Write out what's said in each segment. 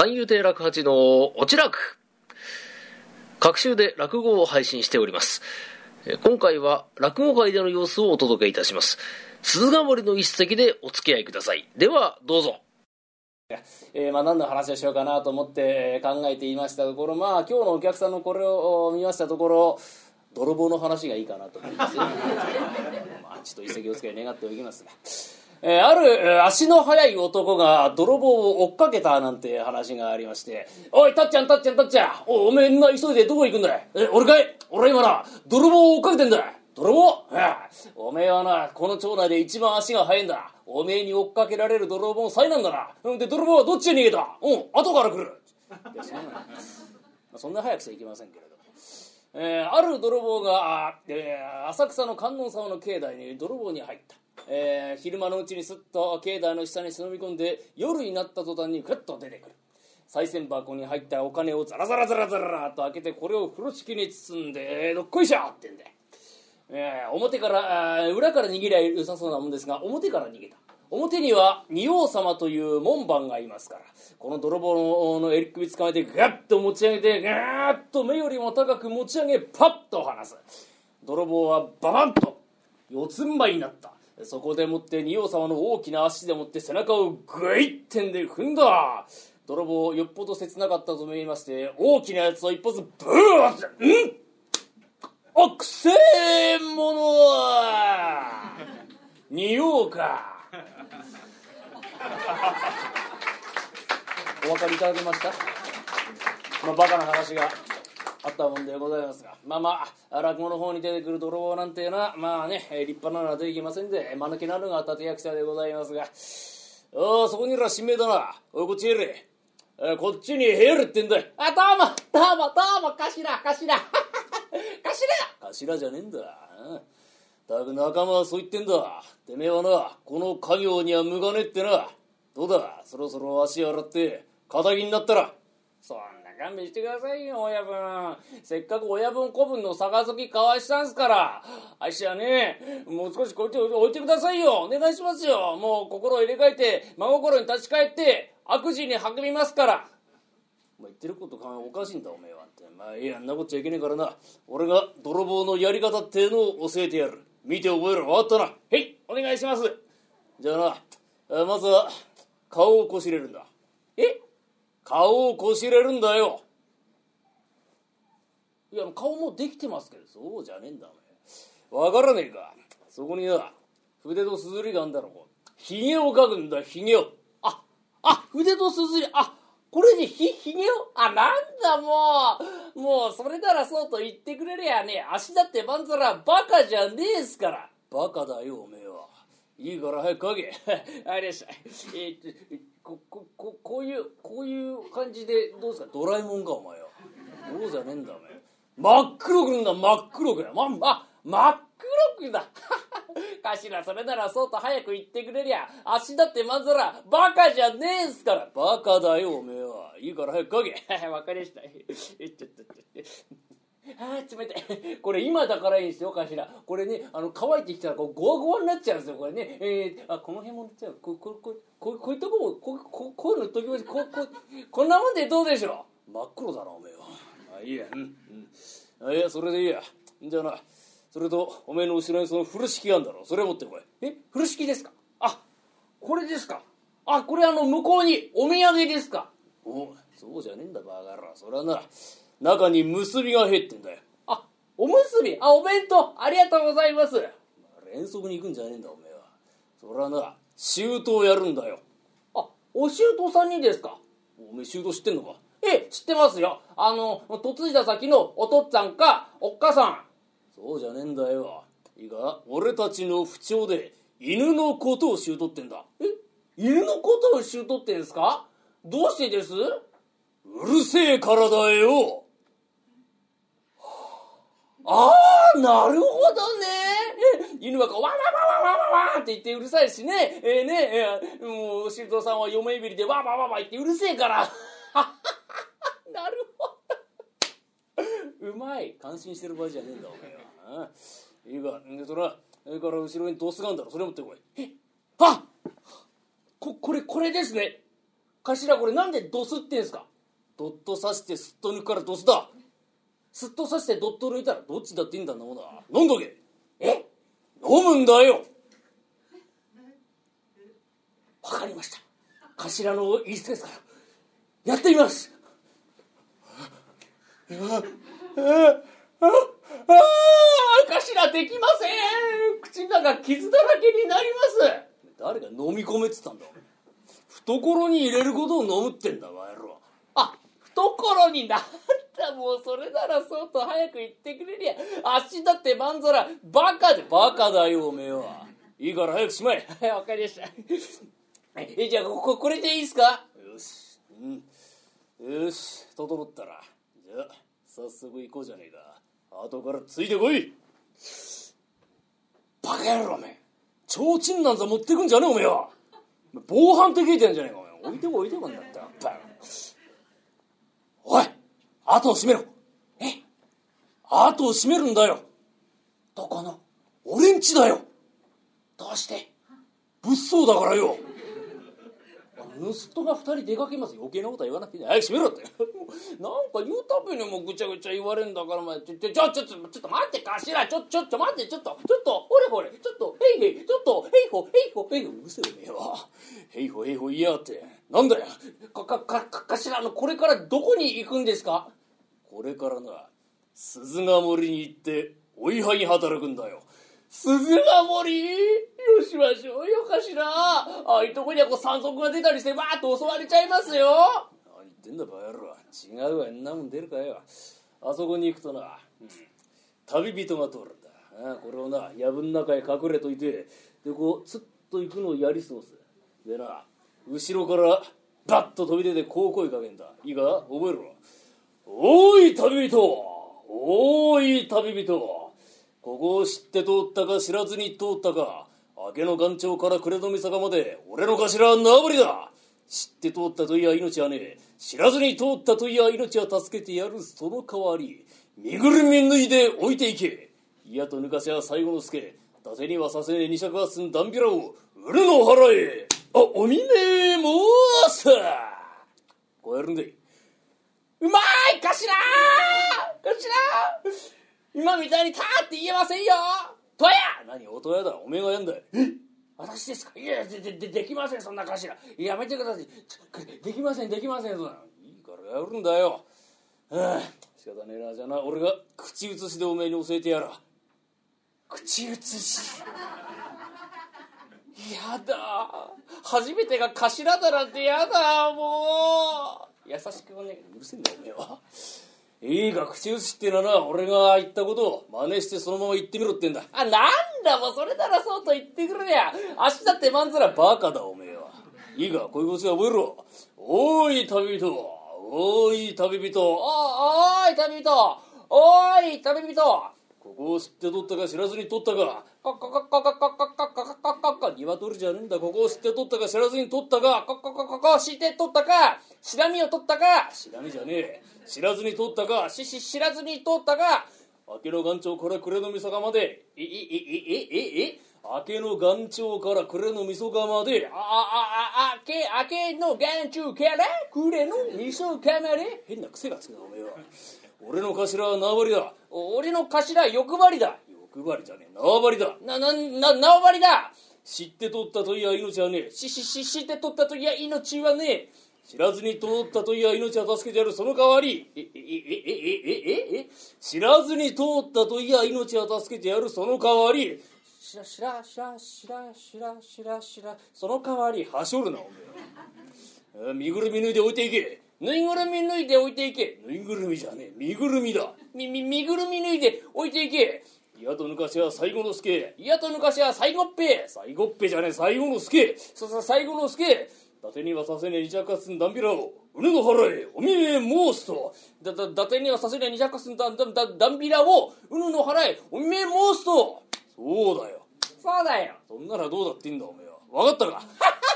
三遊亭楽八のおちらく。各週で落語を配信しております。今回は落語会での様子をお届けいたします。鈴ヶ森の一席でお付き合いください。ではどうぞ。 何の話をしようかなと思って考えていましたところ、今日のお客さんのこれを見ましたところ、泥棒の話がいいかなと思いますよ。ちょっと一席お付き合い願っておきますが、ある足の速い男が泥棒を追っかけたなんて話がありまして、おいたっちゃんおめえんな急いでどこ行くんだい。俺かい。俺今な泥棒を追っかけてんだ。泥棒、おめえはなこの町内で一番足が速いんだ。おめえに追っかけられる泥棒の災難だな。で泥棒はどっちに逃げた。後から来る。いやそんな早くさいけませんけれど、ある泥棒が、浅草の観音様の境内に泥棒に入った。昼間のうちにすっと境内の下に忍び込んで、夜になった途端にクッと出てくる。賽銭箱に入ったお金をザラザラと開けて、これを風呂敷に包んでどっこいしょってんで、表から裏から逃げりゃ良さそうなもんですが、表から逃げた。表には仁王様という門番がいますから、この泥棒の襟首捕まえてガッと持ち上げて、ガーッと目よりも高く持ち上げ、パッと離す。泥棒はババンと四つん這いになった。そこでもって仁王様の大きな足でもって背中をグイッてんで踏んだ。泥棒よっぽど切なかったと思いまして、大きなやつを一発ブーッて、くせえものは仁王か。お分かりいただけました？バカな話があったもんでございますが、落語の方に出てくる泥棒なんていうのは立派なのは出てきませんで、間抜けなのが立役者でございますが、そこにいるは神明だな。おいこっちへれ。こっちに入るってんだい。どうも頭じゃねえんだ。だが仲間はそう言ってんだ。てめえはなこの家業には向かねえってな。どうだそろそろ足洗って仇になったら。そんな勘弁してくださいよ親分。せっかく親分子分の杯交わしたんすから、あいしはねもう少しこっち置いてくださいよ。お願いしますよ。もう心を入れ替えて真心に立ち返って悪事に励みますから。言ってることおかしいんだおめえはって。いやんなこっちゃいけねえからな、俺が泥棒のやり方っていうのを教えてやる。見て覚えろ。分かったな。へいお願いします。じゃあなまずは顔をこしれるんだ。顔をこしれるんだよ。いや顔もできてますけど。そうじゃねえんだお前。分からねえか。そこにな筆とすずりがあんだろ。ひげを描くんだ。ひげを。筆とすずり。これでひげを。なんだもうそれならそうと言ってくれりゃね、足だってまんざらバカじゃねえっすから。バカだよおめえは。いいから早く描け。ありました。こういう感じでどうですか。ドラえもんかお前は。そうじゃねえんだお前。真っ黒くんだ。真っ黒くだ。真っ黒くだ。頭それならそうと早く言ってくれりゃ、足だってまんざらバカじゃねえんすから。バカだよおめえは。いいから早く描け。わかりました。冷たい。これ今だからいいんですよ頭。これね乾いてきたらゴワゴワになっちゃうんですよこれね。この辺も塗っちゃう。こういうとこもこういうの塗っときましょう。こんなもんでどうでしょう。真っ黒だなおめえは。いいやいやそれでいいや。じゃあなそれとおめえの後ろにその風呂敷があるんだろ。それ持ってこい。風呂敷ですか。これですか。これ向こうにお土産ですか。そうじゃねえんだバカ野郎。それはな中に結びが入ってんだよ。おむすび。お弁当ありがとうございます。遠足に行くんじゃねえんだおめえは。それはな舅をやるんだよ。お舅さんにですか。おめえ舅知ってんのか。知ってますよ。嫁いだ先のお父っつぁんかおっかさん。そうじゃねえんだよ。いいか俺たちの不調で犬のことを舅ってんだ。犬のことを舅ってんすか。どうしてです。うるせえからだよ。なるほどね。犬はこうワンワンワンワンワンワンって言ってうるさいしね。もう舅さんは嫁いびりでワンワンワンワン言ってうるせえから。なるほど。うまい。感心してる場合じゃねえんだお前は。いいかそれから後ろにドスがあんだろ。それ持ってこい。これですね。 頭これなんでドスってんすか？ドット刺してスッと抜くからドスだ。スッと刺してドット抜いたらどっちだっていいんだんなもんだ。飲んどけ。飲むんだよ。わかりました。頭の言いつけですから。やってみます。頭できません。口の中傷だらけになります。誰が飲み込めって言ったんだ。懐に入れることを飲むってんだ、お前ら。懐になった。もうそれならそうと早く言ってくれりゃ。あっちだってまんざらバカだよおめえは。いいから早くしまえ。はい、わかりました。じゃあこれでいいっすか？よし、よし、整ったらじゃあ早速行こうじゃねえか。後からついてこい。バカ野郎おめえ、提灯なんざ持ってくんじゃねえおめえは。防犯って聞いてんじゃねえかお前。置いてこんだったらバカ。おい、後を閉めろ。後を閉めるんだよ。どこの？俺んちだよ。どうして？物騒だからよ。盗人が2人出かけます。余計なことは言わなくていい。早く閉めろって。なんか言うたびにもぐちゃぐちゃ言われんだから、お前ちょっと待って頭。ちょっと待って、ちょっとほれちょっとへいへい、ちょっとへいほへいほ、うるせえおめえは。へいほ言いやがってなんだよ。頭これからどこに行くんですか？これからな、鈴ヶ森に行っておいはぎ働くんだよ。鈴ヶ森？よしましょうよ頭。ああいうとこには山賊が出たりしてバーッと襲われちゃいますよ。何言ってんだバカ野郎。違うわ、んなもん出るかよ。あそこに行くとな、旅人が通るんだ。これをな、藪の中へ隠れといて、でこうツッと行くのをやり過ごす。でな、後ろからバッと飛び出てこう声かけんだ。いいか覚えろ。おい旅人、おい旅人、ここを知って通ったか知らずに通ったか、明けの岩頂から暮れの見坂まで俺の頭は縄張りだ。知って通ったといや命はねえ、知らずに通ったといや命は助けてやる。その代わり身ぐるみ脱いで置いていけ。いやと抜かしは最後の助、伊達にはさせねえ二尺はすんだんびらを売るの払え。おみねえ申す。こうやるんでうまい頭。今みたいにターって言えませんよ。とや。何おとやだ、おめえがやんだよ。私ですか？いやできませんそんな頭。やめてください。できませんそんな。いいからやるんだよ。仕方ねえな。じゃあな、俺が口移しでおめえに教えてやら。口移しやだ、初めてが頭だなんてやだ。もう優しくおね。うるせえんだおめえは。いいか、口移しってのはな、俺が言ったことを真似してそのまま言ってみろってんだ。なんだもうそれならそうと言ってくれりゃ。足だってまんざらバカだおめえは。いいか、こういうことは覚えろ。おい旅人、おい旅人、おい旅人、おい旅人、ここを知って取ったか知らずに取ったか。鶏じゃねえんだ。ここを知って取ったか知らずに取ったか。知って取ったか。しらみを取ったか。しらみじゃねえ。知らずに取ったか。知らずに取ったか。明けの岩頂から暮れのみそかまで。明けの岩頂から暮れのみそかまで。明けの岩頂から暮れのみそかまで。変な癖がつくなおめえは。俺の頭は縄張りだ。俺の頭は欲張りだ。欲張りじゃねえ、縄張りだ。縄張りだ。知って取ったといや命はねえ。知って取ったといや命はねえ。知らずに通ったといや命は助けてやる。その代わり知らずに通ったといや命は助けてやる。その代わりその代わりはしょるなおめえは。身ぐるみ脱いで置いていけ。ぬいぐるみ脱いで置いていけ。ぬいぐるみじゃねえ、身ぐるみだ。身ぐるみ脱いで置いていけ。いやと抜かしは最後の助。いやと抜かしは最後っぺ。最後っぺじゃねえ、最後の助。最後の助。伊達にはさせねえ二尺かすんだんびらをうぬの払え。おみえ申すと。伊達にはさせねえ二尺かすんだんびらをうぬの払え。おみえ申すと。そうだよ。そんならどうだっていいんだおめえは。分かったか。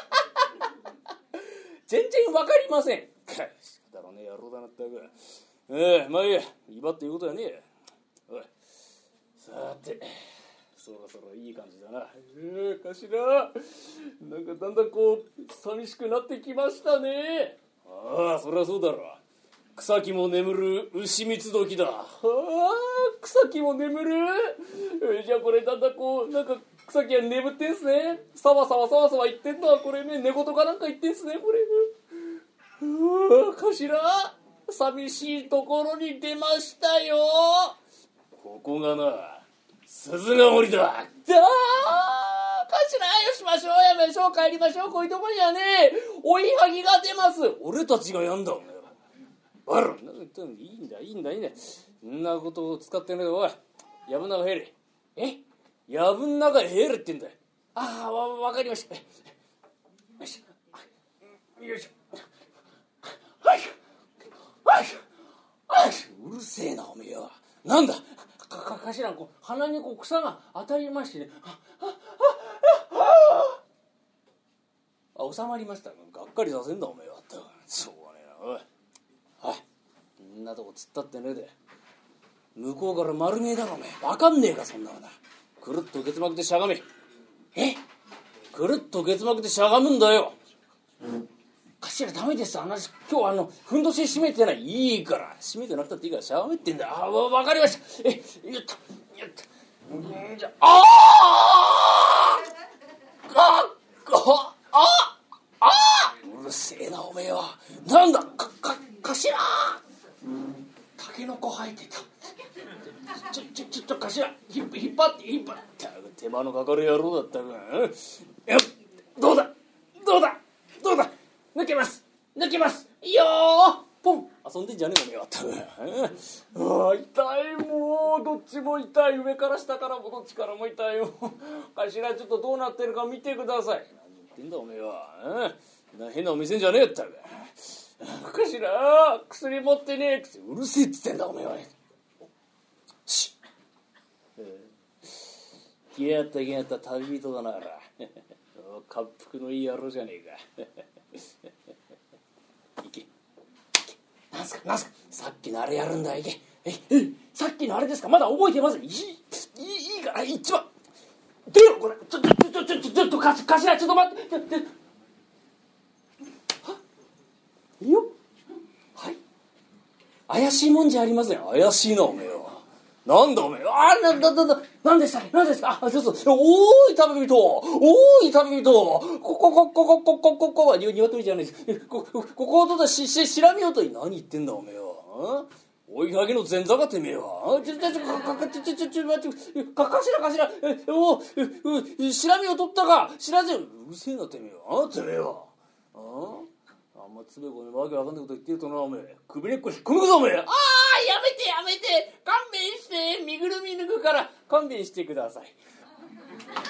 全然わかりません。仕方のねえ野郎だなったく。まあいいや、威張っていうことはねえ。おい、さそろそろいい感じだな。頭、なんかだんだんこう寂しくなってきましたね。ああ、そりゃそうだろう。草木も眠る牛蜜時だ。ああ、草木も眠る。じゃあこれだんだんこうなんか草木は眠ってんすね。さわさわさわさわ言ってんだ。これね、寝言かなんか言ってんすね、これ。頭、寂しいところに出ましたよ。ここがな、鈴ヶ森だ。頭、よしましょう、やめましょう、帰りましょう。こういうとこにはね、追いはぎが出ます。俺たちがやんだ。あら、いいんだ。そんなことを使ってねえ。おい、やぶん中入れ。やぶん中入れってんだよ。ああ、わかりました。よいしょ。うるせえな、おめえよ。なんだ頭、こう鼻にこう草が当たりましてね。収まりました。がっかりさせんだ、おめえは。しょうがねえな。おい、こんなとこ突っ立ってねえで、向こうから丸見えだろ、おめえ。わかんねえか、そんなのな。くるっとケツまくってしゃがめ。くるっとケツまくってしゃがむんだよ。頭、ダメです。今日ふんどし締めてない。いいから締めてなくたっていいからしゃがめってんだよ。わかりました。やったじゃうるせえな、おめえは。なんだ頭、タケノコ生えてた。ちょっと頭、引っ張って手間のかかる野郎だったが。どうだ抜けますいいよー。ポン。遊んでんじゃねえ、おめえは。痛い、もうどっちも痛い。上から下からもどっちからも痛いよ。頭、ちょっとどうなってるか見てください。何言ってんだ、おめえは。変なお店んじゃねえったく。頭、薬持ってねえくせ。うるせえっつってんだ、おめえは。消えやった旅人だな。滑腹のいい野郎じゃねえか。行け。なんすかさっきのあれやるんだ。行け。さっきのあれですか。まだ覚えてません。いいから一番出ろ、これ。ちょっと頭、ちょっと待って。いいよ。はい。怪しいもんじゃありません。怪しいな、おめえは。なんだおめえ。なんでしたっけ。そう。おーい旅人。ここは鶏じゃないです。こことだしらみよと。何言ってんだおめえは。追いはぎの前座がてめえは。頭、しらみを取ったか。知らず。うるせえなてめえは。あんまつべこにわけわかんないこと言ってるとな、おめえ。首根っこ引っこ抜くぞ、おめえ。やめて。勘弁して。身ぐるみ脱ぐから勘弁してください。